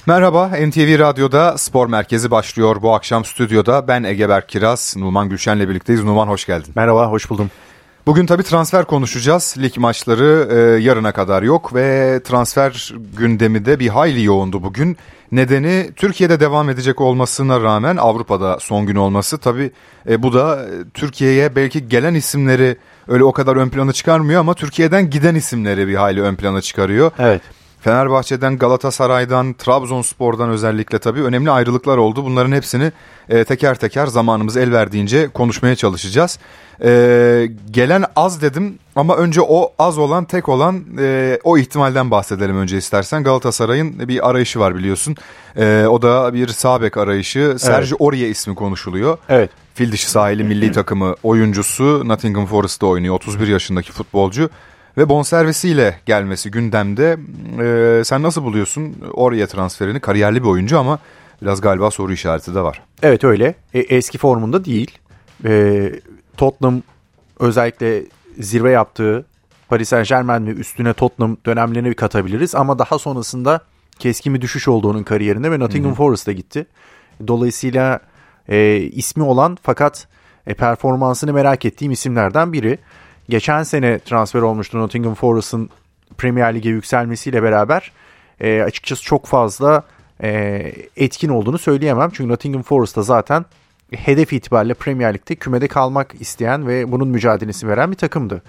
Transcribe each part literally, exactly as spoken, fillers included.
Merhaba, N T V Radyo'da Spor Merkezi başlıyor. Bu akşam stüdyoda ben Egeberk Kiraz, Numan Gülşen'le birlikteyiz. Numan hoş geldin. Merhaba, hoş buldum. Bugün tabii transfer konuşacağız. Lig maçları e, yarına kadar yok ve transfer gündemi de bir hayli yoğundu bugün. Nedeni Türkiye'de devam edecek olmasına rağmen Avrupa'da son gün olması. Tabii e, bu da Türkiye'ye belki gelen isimleri öyle o kadar ön plana çıkarmıyor ama Türkiye'den giden isimleri bir hayli ön plana çıkarıyor. Evet. Fenerbahçe'den, Galatasaray'dan, Trabzonspor'dan özellikle tabii önemli ayrılıklar oldu. Bunların hepsini e, teker teker zamanımız el verdiğince konuşmaya çalışacağız. E, gelen az dedim ama önce o az olan, tek olan e, o ihtimalden bahsedelim önce istersen. Galatasaray'ın bir arayışı var biliyorsun. E, o da bir sağ bek arayışı. Evet. Sergio Aurier ismi konuşuluyor. Evet. Fil dişi sahili milli takımı oyuncusu, Nottingham Forest'ta oynuyor. otuz bir yaşındaki futbolcu. Ve bonservisiyle gelmesi gündemde. Ee, sen nasıl buluyorsun Aurier transferini? Kariyerli bir oyuncu ama biraz galiba soru işareti de var. Evet öyle. E, eski formunda değil. E, Tottenham özellikle zirve yaptığı Paris Saint-Germain ve üstüne Tottenham dönemlerini katabiliriz. Ama daha sonrasında keskin bir düşüş oldu onun kariyerinde ve Nottingham Forest'a gitti. Dolayısıyla e, ismi olan fakat e, performansını merak ettiğim isimlerden biri. Geçen sene transfer olmuştu Nottingham Forest'ın Premier Lig'e yükselmesiyle beraber e, açıkçası çok fazla e, etkin olduğunu söyleyemem. Çünkü Nottingham Forest'ta zaten hedef itibariyle Premier Lig'de kümede kalmak isteyen ve bunun mücadelesi veren bir takımdı.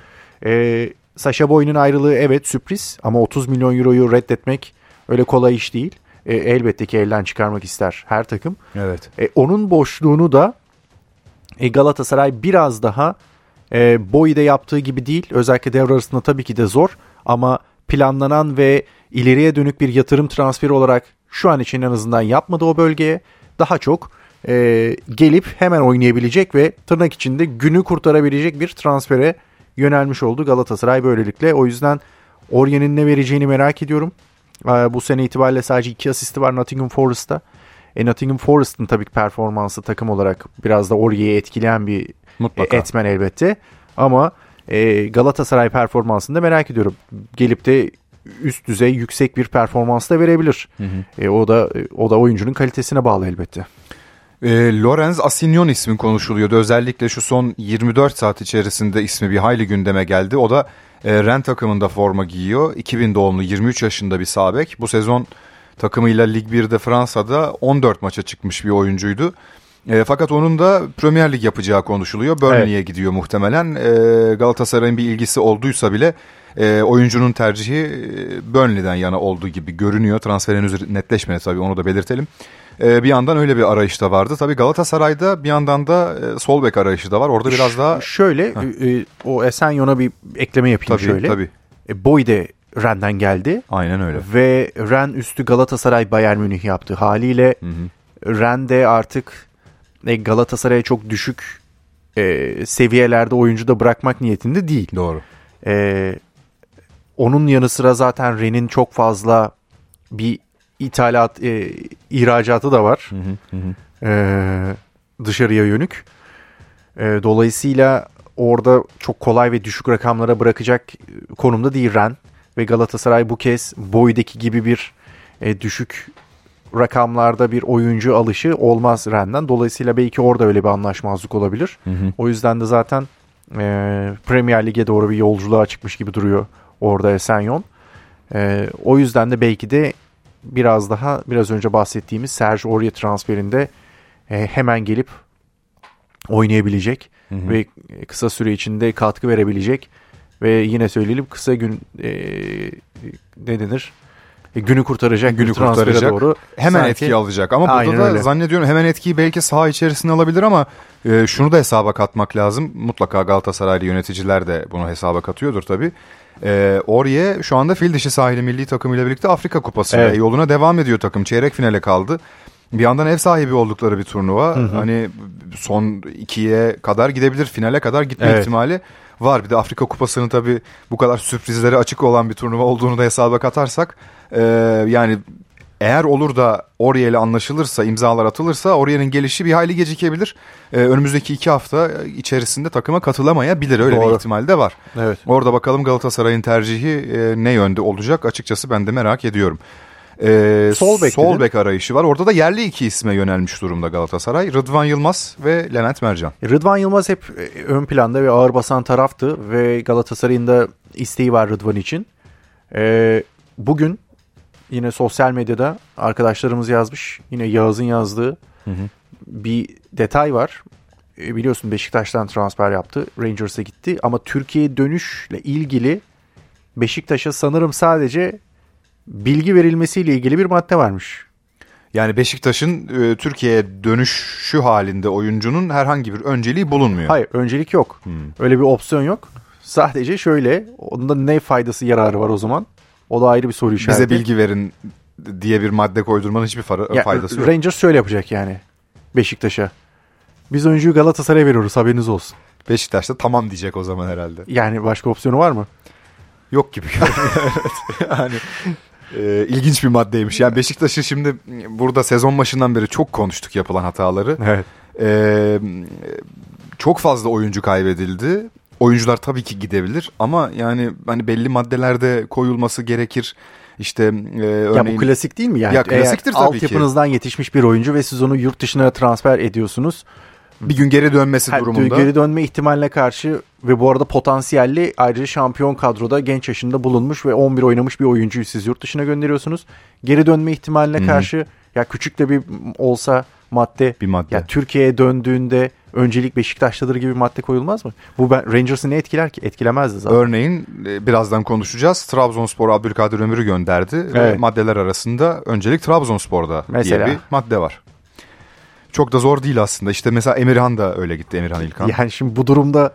E, Sacha Boey'nin ayrılığı evet sürpriz ama otuz milyon euroyu reddetmek öyle kolay iş değil. E, elbette ki elden çıkarmak ister her takım. Evet. E, onun boşluğunu da e, Galatasaray biraz daha E, Boey'de yaptığı gibi değil. Özellikle devre arasında tabii ki de zor. Ama planlanan ve ileriye dönük bir yatırım transferi olarak şu an için en azından yapmadı o bölgeye. Daha çok e, gelip hemen oynayabilecek ve tırnak içinde günü kurtarabilecek bir transfere yönelmiş oldu Galatasaray böylelikle. O yüzden Aurier'in ne vereceğini merak ediyorum. E, bu sene itibariyle sadece iki asisti var Nottingham Forest'ta. E, Nottingham Forest'ın tabii ki performansı takım olarak biraz da Aurier'i etkileyen bir Mutlaka. etmen elbette. Ama e, Galatasaray performansını da merak ediyorum. Gelip de üst düzey yüksek bir performans da verebilir. Hı hı. E, o da o da oyuncunun kalitesine bağlı elbette. E, Lorenz Asignon ismi konuşuluyordu. Özellikle şu son yirmi dört saat içerisinde ismi bir hayli gündeme geldi. O da e, Rennes takımında forma giyiyor. iki bin doğumlu yirmi üç yaşında bir sağ bek. Bu sezon takımıyla Lig birde Fransa'da on dört maça çıkmış bir oyuncuydu. E, fakat onun da Premier Lig yapacağı konuşuluyor. Burnley'e evet. gidiyor muhtemelen. E, Galatasaray'ın bir ilgisi olduysa bile e, oyuncunun tercihi e, Burnley'den yana olduğu gibi görünüyor. Transferin üzeri netleşmedi tabii, onu da belirtelim. E, bir yandan öyle bir arayış da vardı. Tabii Galatasaray'da bir yandan da e, sol bek arayışı da var. Orada biraz daha... Şöyle e, o Esenyon'a bir ekleme yapayım tabii, şöyle. Tabii. E, Boey de Rennes'den geldi. Aynen öyle. Ve Rennes üstü Galatasaray Bayern Münih yaptı. Haliyle hı hı. Rennes'de artık Galatasaray'a çok düşük e, seviyelerde oyuncu da bırakmak niyetinde değil. Doğru. E, onun yanı sıra zaten Rennes'in çok fazla bir ithalat, e, ihracatı da var. Hı hı hı. E, dışarıya yönük. E, dolayısıyla orada çok kolay ve düşük rakamlara bırakacak konumda değil Rennes. Ve Galatasaray bu kez Boey'deki gibi bir e, düşük rakamlarda bir oyuncu alışı olmaz Rennes'den. Dolayısıyla belki orada öyle bir anlaşmazlık olabilir. Hı hı. O yüzden de zaten e, Premier Lig'e doğru bir yolculuğa çıkmış gibi duruyor orada Esenyon. E, o yüzden de belki de biraz daha biraz önce bahsettiğimiz Sergio Aurier transferinde e, hemen gelip oynayabilecek hı hı. ve kısa süre içinde katkı verebilecek ve yine söyleyelim kısa gün e, ne denir? Günü kurtaracak, günü kurtaracak doğru. Hemen sanki etki alacak. Ama burada da öyle. Zannediyorum hemen etkiyi belki saha içerisinde alabilir ama e, şunu da hesaba katmak lazım. Mutlaka Galatasaraylı yöneticiler de bunu hesaba katıyordur tabii. E, Aurier şu anda fil dişi sahili milli takımıyla birlikte Afrika Kupası'na evet. yoluna devam ediyor takım. Çeyrek finale kaldı. Bir yandan ev sahibi oldukları bir turnuva. Hı hı. Hani son ikiye kadar gidebilir, finale kadar gitme evet. ihtimali var. Bir de Afrika Kupası'nın tabii bu kadar sürprizlere açık olan bir turnuva olduğunu da hesaba katarsak e, yani eğer olur da Aurier ile anlaşılırsa, imzalar atılırsa Aurier'in gelişi bir hayli gecikebilir. Ee, önümüzdeki iki hafta içerisinde takıma katılamayabilir. Öyle Doğru. bir ihtimal de var. Evet. Orada bakalım Galatasaray'ın tercihi e, ne yönde olacak? Açıkçası ben de merak ediyorum. Ee, Sol bek sol dedin. bek arayışı var. Orada da yerli iki isme yönelmiş durumda Galatasaray. Rıdvan Yılmaz ve Levent Mercan. Rıdvan Yılmaz hep ön planda ve ağır basan taraftı ve Galatasaray'ın da isteği var Rıdvan için. Ee, bugün yine sosyal medyada arkadaşlarımız yazmış. Yine Yağız'ın yazdığı hı hı. bir detay var. E, biliyorsun Beşiktaş'tan transfer yaptı. Rangers'a gitti ama Türkiye'ye dönüşle ilgili Beşiktaş'a sanırım sadece bilgi verilmesiyle ilgili bir madde varmış. Yani Beşiktaş'ın e, Türkiye'ye dönüşü halinde oyuncunun herhangi bir önceliği bulunmuyor. Hayır, öncelik yok. Hmm. Öyle bir opsiyon yok. Sadece şöyle, onda ne faydası yararı var o zaman? O da ayrı bir soru işareti. Bize bilgi verin diye bir madde koydurmanın hiçbir fara- ya, faydası yok. Rangers şöyle yapacak yani Beşiktaş'a. Biz oyuncuyu Galatasaray'a veriyoruz, haberiniz olsun. Beşiktaş da tamam diyecek o zaman herhalde. Yani başka opsiyonu var mı? Yok gibi. Yani e, ilginç bir maddeymiş. Yani Beşiktaş'ı şimdi burada sezon başından beri çok konuştuk yapılan hataları. Evet. E, çok fazla oyuncu kaybedildi. Oyuncular tabii ki gidebilir ama yani hani belli maddelerde koyulması gerekir. İşte e, örneğin... Ya bu klasik değil mi yani? Ya klasiktir Eğer tabii ki. altyapınızdan yetişmiş bir oyuncu ve siz onu yurt dışına transfer ediyorsunuz. Bir gün geri dönmesi Her durumunda. Geri dönme ihtimaline karşı ve bu arada potansiyelli ayrıca şampiyon kadroda genç yaşında bulunmuş ve on bir oynamış bir oyuncuyu siz yurt dışına gönderiyorsunuz. Geri dönme ihtimaline Hı-hı. karşı ya küçük de bir olsa madde, bir madde. Ya Türkiye'ye döndüğünde öncelik Beşiktaş'tadır gibi bir madde koyulmaz mı? Bu ben, Rangers'ı ne etkiler ki? Etkilemezdi zaten. Örneğin birazdan konuşacağız. Trabzonspor Abdülkadir Ömür'ü gönderdi. Evet. Ve maddeler arasında öncelik Trabzonspor'da mesela diye bir madde var. Çok da zor değil aslında. İşte mesela Emirhan da öyle gitti. Emirhan İlkan. Yani şimdi bu durumda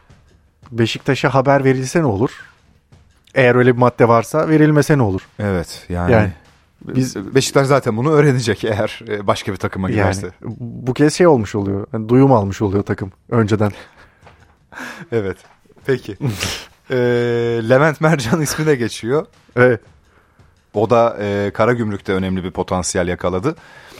Beşiktaş'a haber verilse ne olur? Eğer öyle bir madde varsa verilmese ne olur? Evet yani. yani biz Beşiktaş zaten bunu öğrenecek eğer başka bir takıma giderse. Yani, bu kez şey olmuş oluyor. Yani duyum almış oluyor takım önceden. Evet. Peki. ee, Levent Mercan ismi de geçiyor. Evet. O da e, Karagümrük'te önemli bir potansiyel yakaladı.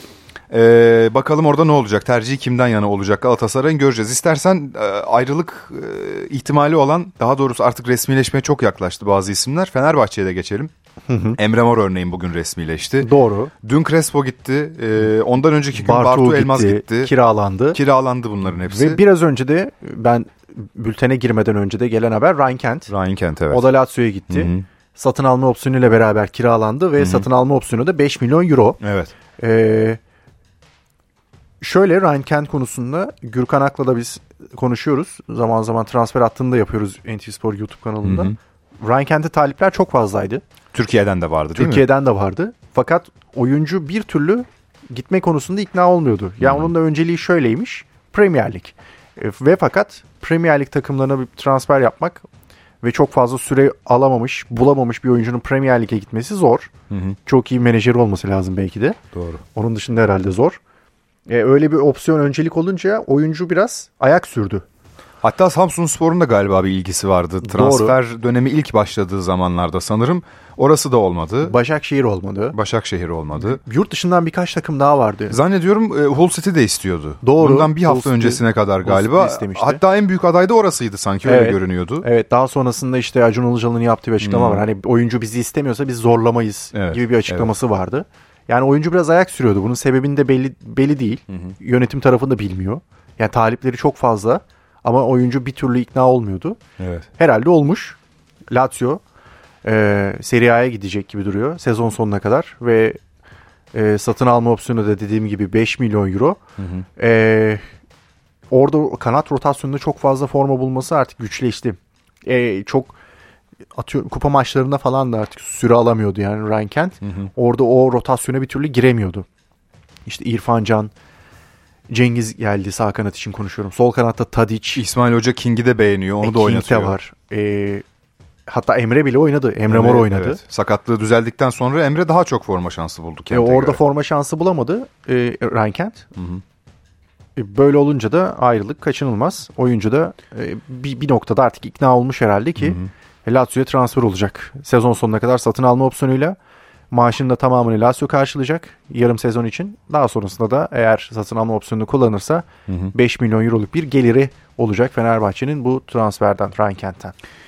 Ee, bakalım orada ne olacak? Tercihi kimden yana olacak Galatasaray'ın göreceğiz. İstersen e, ayrılık e, ihtimali olan, daha doğrusu artık resmileşmeye çok yaklaştı bazı isimler. Fenerbahçe'ye de geçelim. Hı hı. Emre Mor örneğin bugün resmileşti. Doğru. Dün Crespo gitti. E, ondan önceki gün Bartu, Bartu Elmaz gitti, gitti. Kiralandı. Kiralandı bunların hepsi. Ve biraz önce de ben bültene girmeden önce de gelen haber Ryan Kent. Ryan Kent evet. O da Lazio'ya gitti. Hı hı. Satın alma opsiyonuyla beraber kiralandı ve hı hı. satın alma opsiyonu da beş milyon euro. Evet. Eee Şöyle Ryan Kent konusunda Gürkan Ak'la da biz konuşuyoruz. Zaman zaman transfer hattını da yapıyoruz N T V Spor YouTube kanalında. Hı hı. Ryan Kent'e talipler çok fazlaydı. Türkiye'den de vardı değil Türkiye'den mi? Türkiye'den de vardı. Fakat oyuncu bir türlü gitme konusunda ikna olmuyordu. Yani hı hı. onun da önceliği şöyleymiş. Premier Lig. E, ve fakat Premier Lig takımlarına bir transfer yapmak ve çok fazla süre alamamış, bulamamış bir oyuncunun Premier Lig'e gitmesi zor. Hı hı. Çok iyi menajeri olması lazım belki de. Doğru. Onun dışında herhalde zor. Ee, öyle bir opsiyon öncelik olunca oyuncu biraz ayak sürdü. Hatta Samsunspor'un da galiba bir ilgisi vardı. Transfer Doğru. dönemi ilk başladığı zamanlarda sanırım. Orası da olmadı. Başakşehir olmadı. Başakşehir olmadı. Yurt dışından birkaç takım daha vardı. Zannediyorum e, Hull City de istiyordu. Doğru. Bundan bir hafta Hull öncesine City, kadar galiba. Hatta en büyük aday da orasıydı sanki öyle evet. görünüyordu. Evet, daha sonrasında işte Acun Ilıcalı'nın yaptığı bir açıklama hmm. var. Hani oyuncu bizi istemiyorsa biz zorlamayız evet. gibi bir açıklaması evet. vardı. Yani oyuncu biraz ayak sürüyordu. Bunun sebebini de belli belli değil. Hı hı. Yönetim tarafı da bilmiyor. Yani talipleri çok fazla ama oyuncu bir türlü ikna olmuyordu. Evet. Herhalde olmuş. Lazio e, Serie A'ya gidecek gibi duruyor sezon sonuna kadar ve e, satın alma opsiyonu da dediğim gibi beş milyon euro. Hı hı. E, orada kanat rotasyonunda çok fazla forma bulması artık güçleşti. E, çok atıyorum kupa maçlarında falan da artık süre alamıyordu yani Ryan Kent. Hı hı. Orada o rotasyona bir türlü giremiyordu. İşte İrfan Can, Cengiz geldi sağ kanat için konuşuyorum. Sol kanatta Tadic. İsmail Hoca King'i de beğeniyor. Onu e, da King oynatıyor. King de var. E, hatta Emre bile oynadı. Emre, Emre Mor oynadı. Evet. Sakatlığı düzeldikten sonra Emre daha çok forma şansı buldu Kent'e e, Orada göre. forma şansı bulamadı e, Ryan Kent. Hı hı. E, böyle olunca da ayrılık kaçınılmaz. Oyuncu da e, bir, bir noktada artık ikna olmuş herhalde ki hı hı. Lazio'ya transfer olacak. Sezon sonuna kadar satın alma opsiyonuyla maaşının da tamamını Lazio karşılayacak yarım sezon için. Daha sonrasında da eğer satın alma opsiyonunu kullanırsa hı hı. beş milyon euroluk bir geliri olacak Fenerbahçe'nin bu transferden, Ryan Kent'ten.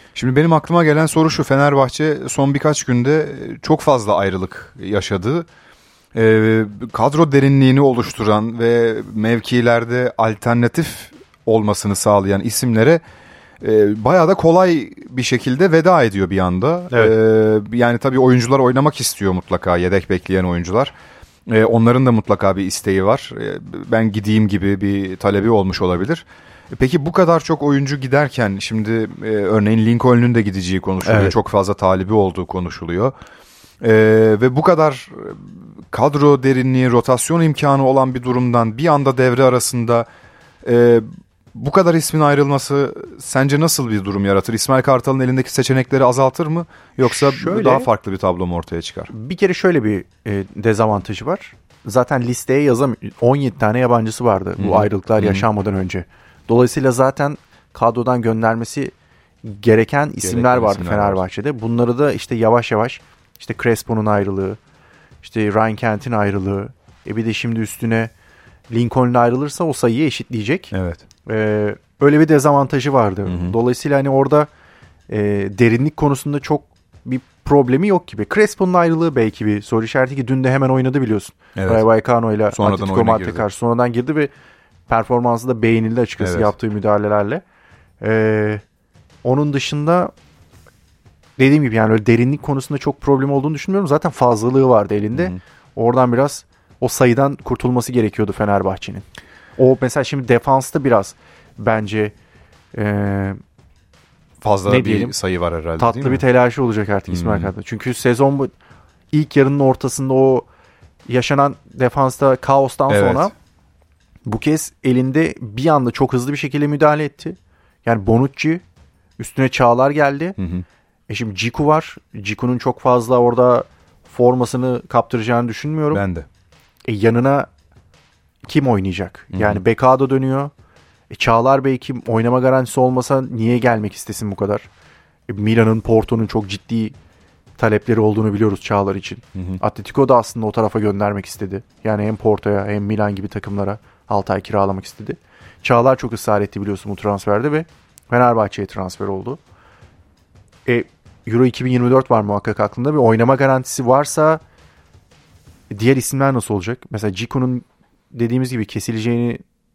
Şimdi benim aklıma gelen soru şu: Fenerbahçe son birkaç günde çok fazla ayrılık yaşadı. Ee, kadro derinliğini oluşturan ve mevkilerde alternatif olmasını sağlayan isimlere e, bayağı da kolay bir şekilde veda ediyor bir anda. Evet. Ee, yani tabii oyuncular oynamak istiyor mutlaka, yedek bekleyen oyuncular. Ee, onların da mutlaka bir isteği var. Ee, ben gideyim gibi bir talebi olmuş olabilir. Peki bu kadar çok oyuncu giderken şimdi e, örneğin Lincoln'un da gideceği konuşuluyor. Evet. Çok fazla talibi olduğu konuşuluyor. E, ve bu kadar kadro derinliği, rotasyon imkanı olan bir durumdan bir anda devre arasında e, bu kadar ismin ayrılması sence nasıl bir durum yaratır? İsmail Kartal'ın elindeki seçenekleri azaltır mı? Yoksa Şöyle, daha farklı bir tablo mu ortaya çıkar? Bir kere şöyle bir e, dezavantajı var. Zaten listeye yazam on yedi tane yabancısı vardı bu Hı-hı. ayrılıklar Hı-hı. yaşanmadan önce. Dolayısıyla zaten kadrodan göndermesi gereken isimler Gereken vardı isimler Fenerbahçe'de. Var. Bunları da işte yavaş yavaş işte Crespo'nun ayrılığı, işte Ryan Kent'in ayrılığı, e bir de şimdi üstüne Lincoln ayrılırsa o sayıyı eşitleyecek. Evet. Ee, öyle bir dezavantajı vardı. Hı-hı. Dolayısıyla hani orada e, derinlik konusunda çok bir problemi yok gibi. Crespo'nun ayrılığı belki bir soru işareti ki dün de hemen oynadı biliyorsun. Evet. Ray Vallecano ile Sonradan Atletico oyuna Madrid girdi. karşı sonradan girdi ve performansı da beğenildi açıkçası Evet. yaptığı müdahalelerle. Ee, onun dışında dediğim gibi yani öyle derinlik konusunda çok problem olduğunu düşünmüyorum. Zaten fazlalığı vardı elinde. Hı-hı. Oradan biraz o sayıdan kurtulması gerekiyordu Fenerbahçe'nin. O mesela şimdi defansta biraz bence e, Fazla ne bir diyelim, sayı var herhalde, tatlı değil mi? bir telaşı olacak artık İsmail Hmm. Kartal. Çünkü sezon bu ilk yarının ortasında o yaşanan defansta kaostan Evet. sonra bu kez elinde bir anda çok hızlı bir şekilde müdahale etti. Yani Bonucci, üstüne Çağlar geldi. Hı hı. E şimdi Ciku var. Ciku'nun çok fazla orada formasını kaptıracağını düşünmüyorum. Ben de. E yanına kim oynayacak? Hı hı. Yani Bekado dönüyor. E Çağlar belki oynama garantisi olmasa niye gelmek istesin bu kadar? E Milan'ın, Porto'nun çok ciddi talepleri olduğunu biliyoruz Çağlar için. Hı hı. Atletico da aslında o tarafa göndermek istedi. Yani hem Porto'ya hem Milan gibi takımlara altı ay kiralamak istedi. Çağlar çok ısrar etti biliyorsun bu transferde ve Fenerbahçe'ye transfer oldu. E, Euro iki bin yirmi dört var muhakkak aklında. Bir oynama garantisi varsa diğer isimler nasıl olacak? Mesela Ciku'nun dediğimiz gibi kesileceğini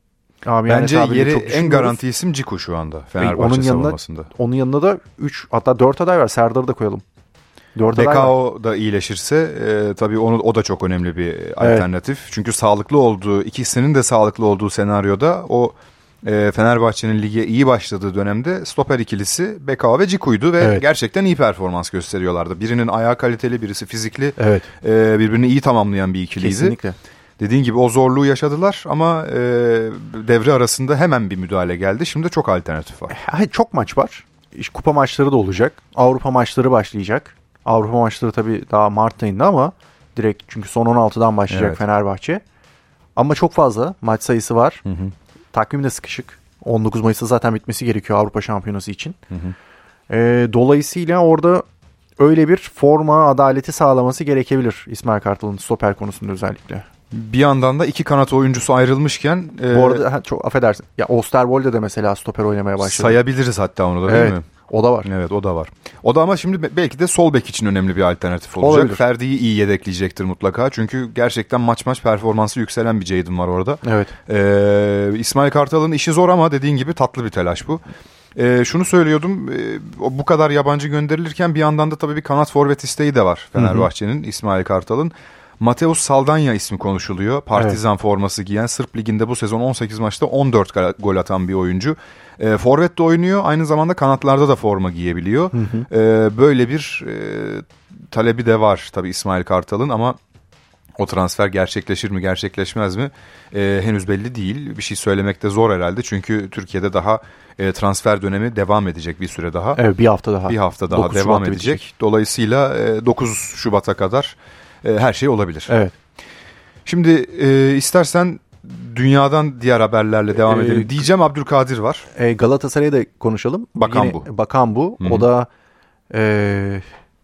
bence yeri çok en garanti isim Ciku şu anda Fenerbahçe onun yanına, savunmasında. Onun yanında da üç hatta dört aday var. Serdar'ı da koyalım. dört aday var. Bekao da iyileşirse e, tabii onu, o da çok önemli bir alternatif. Evet. Çünkü sağlıklı olduğu, ikisinin de sağlıklı olduğu senaryoda o e, Fenerbahçe'nin lige iyi başladığı dönemde stoper ikilisi Bekao ve Ciku'ydu ve evet. gerçekten iyi performans gösteriyorlardı. Birinin ayağı kaliteli, birisi fizikli, evet. e, birbirini iyi tamamlayan bir ikiliydi. Kesinlikle. Dediğin gibi o zorluğu yaşadılar ama e, devre arasında hemen bir müdahale geldi. Şimdi çok alternatif var. Çok maç var. Kupa maçları da olacak. Avrupa maçları başlayacak. Avrupa maçları tabii daha Mart ayında ama direkt çünkü son on altıdan başlayacak evet. Fenerbahçe. Ama çok fazla maç sayısı var. Hı hı. Takvim de sıkışık. on dokuz Mayıs'ta zaten bitmesi gerekiyor Avrupa Şampiyonası için. Hı hı. E, dolayısıyla orada öyle bir forma adaleti sağlaması gerekebilir İsmail Kartal'ın stoper konusunda özellikle. Bir yandan da iki kanat oyuncusu ayrılmışken... E, Bu arada çok affedersin. Ya Osterwolde de mesela stoper oynamaya başladı. Sayabiliriz hatta onu da değil evet. mi? O da var. Evet o da var. O da ama şimdi belki de sol bek için önemli bir alternatif olacak. Olabilir. Ferdi'yi iyi yedekleyecektir mutlaka. Çünkü gerçekten maç maç performansı yükselen bir Jadon var orada. Evet. Ee, İsmail Kartal'ın işi zor ama dediğin gibi tatlı bir telaş bu. Ee, şunu söylüyordum. E, bu kadar yabancı gönderilirken bir yandan da tabii bir kanat forvet isteği de var Fenerbahçe'nin, İsmail Kartal'ın. Mateus Saldanya ismi konuşuluyor. Partizan evet. forması giyen, Sırp Ligi'nde bu sezon on sekiz maçta on dört gol atan bir oyuncu. E, forvet de oynuyor. Aynı zamanda kanatlarda da forma giyebiliyor. Hı hı. E, böyle bir e, talebi de var tabii İsmail Kartal'ın ama o transfer gerçekleşir mi gerçekleşmez mi e, henüz belli değil. Bir şey söylemek de zor herhalde. Çünkü Türkiye'de daha e, transfer dönemi devam edecek bir süre daha. Evet, bir hafta daha. Bir hafta daha devam edecek. Bitecek. Dolayısıyla e, dokuz Şubat'a kadar her şey olabilir. Evet. Şimdi e, istersen dünyadan diğer haberlerle devam ee, edelim. Diyeceğim Abdülkadir var. E, Galatasaray'ı da konuşalım. Bakan Yine, bu. Bakan bu. Hı-hı. O da e,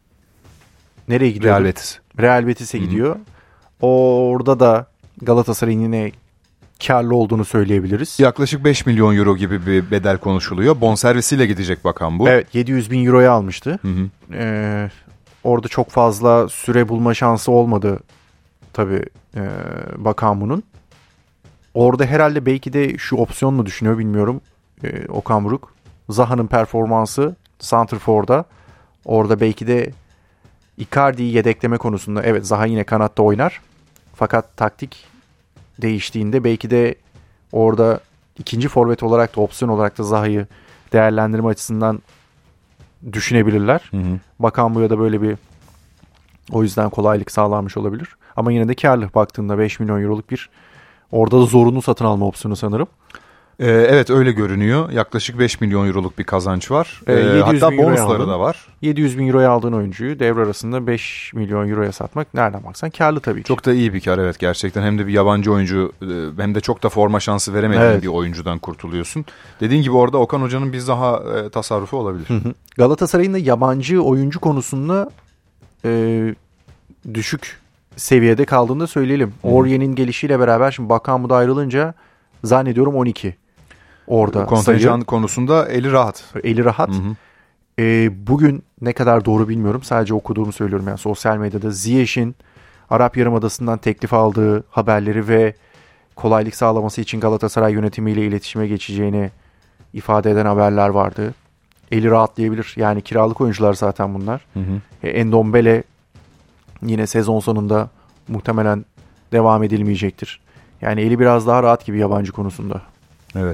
nereye gidiyor? Real Betis. Real Betis'e Hı-hı. gidiyor. Orada da Galatasaray'ın yine karlı olduğunu söyleyebiliriz. Yaklaşık beş milyon euro gibi bir bedel konuşuluyor. Bonservisiyle gidecek bakan bu. Evet, yedi yüz bin euroya almıştı. Hı hı. Ee, orada çok fazla süre bulma şansı olmadı tabii e, bakan bunun. Orada herhalde belki de şu opsiyon mu düşünüyor bilmiyorum e, Okan Buruk. Zaha'nın performansı santrfor'da. Orada belki de Icardi'yi yedekleme konusunda evet Zaha yine kanatta oynar. Fakat taktik değiştiğinde belki de orada ikinci forvet olarak da opsiyon olarak da Zaha'yı değerlendirme açısından düşünebilirler. Hı hı. Bakan bu ya da böyle bir o yüzden kolaylık sağlanmış olabilir. Ama yine de karlı baktığında beş milyon euroluk bir orada da zorunlu satın alma opsiyonu sanırım. Ee, evet öyle görünüyor. Yaklaşık beş milyon euroluk bir kazanç var. Ee, Ee, hatta bonusları da var. yedi yüz bin euroya aldığın oyuncuyu devre arasında beş milyon euroya satmak nereden baksan karlı tabii ki. Çok da iyi bir kar evet gerçekten. Hem de bir yabancı oyuncu hem de çok da forma şansı veremediğin evet. bir oyuncudan kurtuluyorsun. Dediğin gibi orada Okan Hoca'nın bir daha e, tasarrufu olabilir. Hı hı. Galatasaray'ın da yabancı oyuncu konusunda e, düşük seviyede kaldığını da söyleyelim. Aurier'in gelişiyle beraber şimdi Bakan da ayrılınca zannediyorum on iki. Orada kontenjan sayı. konusunda eli rahat. Eli rahat. Hı hı. E, bugün ne kadar doğru bilmiyorum. Sadece okuduğumu söylüyorum. Yani sosyal medyada Ziyech'in Arap Yarımadası'ndan teklif aldığı haberleri ve kolaylık sağlaması için Galatasaray yönetimiyle iletişime geçeceğini ifade eden haberler vardı. Eli rahat diyebilir. Yani kiralık oyuncular zaten bunlar. Hı hı. E, Endombele yine sezon sonunda muhtemelen devam edilmeyecektir. Yani eli biraz daha rahat gibi yabancı konusunda. Evet.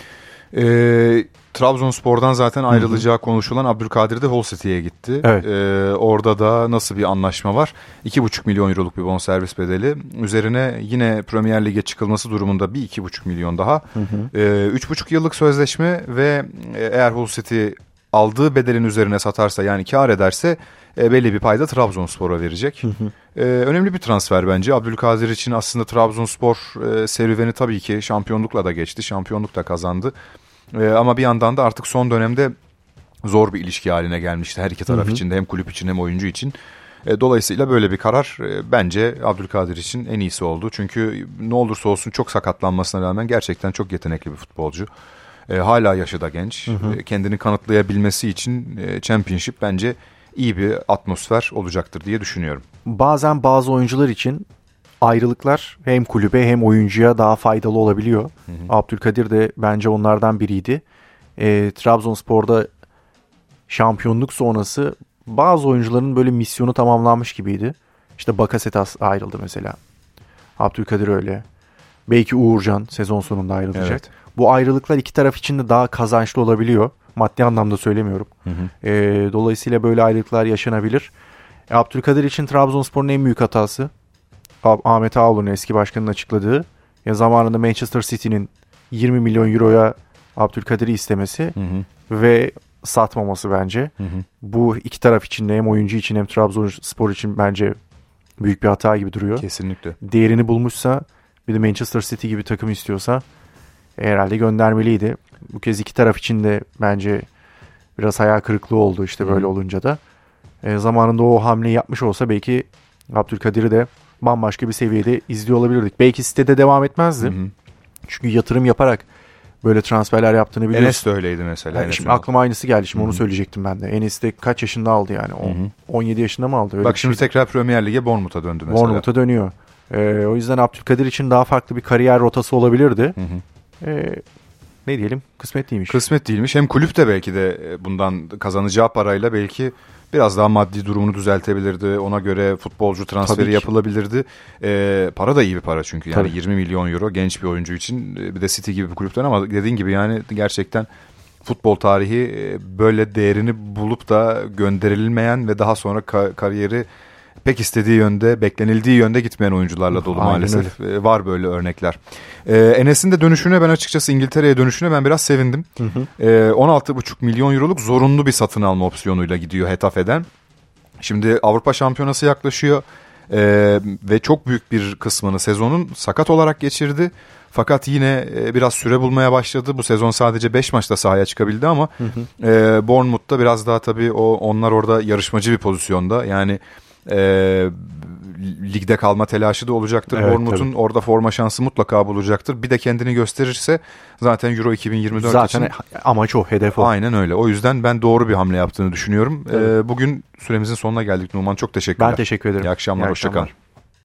Ee, Trabzonspor'dan zaten ayrılacağı hı hı. konuşulan Abdülkadir de Hull City'ye gitti. Evet. Ee, orada da nasıl bir anlaşma var? iki buçuk milyon euroluk bir bonservis bedeli. Üzerine yine Premier Lig'e çıkılması durumunda bir iki buçuk milyon daha. Hı hı. Ee, üç buçuk yıllık sözleşme ve eğer Hull City aldığı bedelin üzerine satarsa yani kar ederse e, belli bir payda Trabzonspor'a verecek. Hı hı. E, önemli bir transfer bence. Abdülkadir için aslında Trabzonspor e, serüveni tabii ki şampiyonlukla da geçti. Şampiyonluk da kazandı. E, ama bir yandan da artık son dönemde zor bir ilişki haline gelmişti her iki taraf hı hı. için de hem kulüp için hem oyuncu için. E, dolayısıyla böyle bir karar e, bence Abdülkadir için en iyisi oldu. Çünkü ne olursa olsun çok sakatlanmasına rağmen gerçekten çok yetenekli bir futbolcu. E, hala yaşı da genç. Hı hı. E, kendini kanıtlayabilmesi için e, Championship bence iyi bir atmosfer olacaktır diye düşünüyorum. Bazen bazı oyuncular için ayrılıklar hem kulübe hem oyuncuya daha faydalı olabiliyor. Hı hı. Abdülkadir de bence onlardan biriydi. E, Trabzonspor'da şampiyonluk sonrası bazı oyuncuların böyle misyonu tamamlanmış gibiydi. İşte Bakasetas ayrıldı mesela. Abdülkadir öyle. Belki Uğurcan sezon sonunda ayrılacak. Evet. Bu ayrılıklar iki taraf için de daha kazançlı olabiliyor. Maddi anlamda söylemiyorum. Hı hı. E, dolayısıyla böyle ayrılıklar yaşanabilir. E, Abdülkadir için Trabzonspor'un en büyük hatası Ahmet Ağaoğlu'nun eski başkanının açıkladığı ya zamanında Manchester City'nin yirmi milyon euroya Abdülkadir'i istemesi hı hı. ve satmaması bence. Hı hı. Bu iki taraf için de hem oyuncu için hem Trabzonspor için bence büyük bir hata gibi duruyor. Kesinlikle. Değerini bulmuşsa bir de Manchester City gibi takım istiyorsa herhalde göndermeliydi. Bu kez iki taraf için de bence biraz hayal kırıklığı oldu işte böyle hmm. olunca da. E, zamanında o hamleyi yapmış olsa belki Abdülkadir'i de bambaşka bir seviyede izliyor olabilirdik. Belki sitede devam etmezdi. Hmm. Çünkü yatırım yaparak böyle transferler yaptığını biliyorsun. Enes de öyleydi mesela. Yani şimdi aklıma aynısı geldi. Şimdi hmm. onu söyleyecektim ben de. Enes de kaç yaşında aldı yani? Hmm. on yedi yaşında mı aldı? Öyle Bak şimdi şey. Tekrar Premier Lig'e Bournemouth'a döndü mesela. Bournemouth'a dönüyor. E, o yüzden Abdülkadir için daha farklı bir kariyer rotası olabilirdi. Hmm. E, ne diyelim? Kısmet değilmiş. Kısmet değilmiş. Hem kulüp de belki de bundan kazanacağı parayla belki biraz daha maddi durumunu düzeltebilirdi. Ona göre futbolcu transferi yapılabilirdi. Ee, para da iyi bir para çünkü. Yani Tabii. yirmi milyon euro genç bir oyuncu için. Bir de City gibi bir kulüpten ama dediğin gibi yani gerçekten futbol tarihi böyle değerini bulup da gönderilmeyen ve daha sonra ka- kariyeri pek istediği yönde, beklenildiği yönde gitmeyen oyuncularla dolu Aynen maalesef. Öyle. Var böyle örnekler. Ee, Enes'in de dönüşüne ben açıkçası İngiltere'ye dönüşüne ben biraz sevindim. Hı hı. Ee, on altı buçuk milyon euroluk zorunlu bir satın alma opsiyonuyla gidiyor Hetafe'den. Şimdi Avrupa Şampiyonası yaklaşıyor ee, ve çok büyük bir kısmını sezonun sakat olarak geçirdi. Fakat yine e, biraz süre bulmaya başladı. Bu sezon sadece beş maçta sahaya çıkabildi ama hı hı. E, Bournemouth'ta biraz daha tabii o onlar orada yarışmacı bir pozisyonda. Yani E, ligde kalma telaşı da olacaktır. Evet, Bournemouth'un tabii. orada forma şansı mutlaka bulacaktır. Bir de kendini gösterirse zaten Euro iki bin yirmi dört zaten için amaç o, hedef o. aynen öyle. O yüzden ben doğru bir hamle yaptığını düşünüyorum. Ee, bugün süremizin sonuna geldik Numan. Çok teşekkürler. Ben teşekkür ederim. İyi akşamlar, İyi hoşça kalın. akşamlar.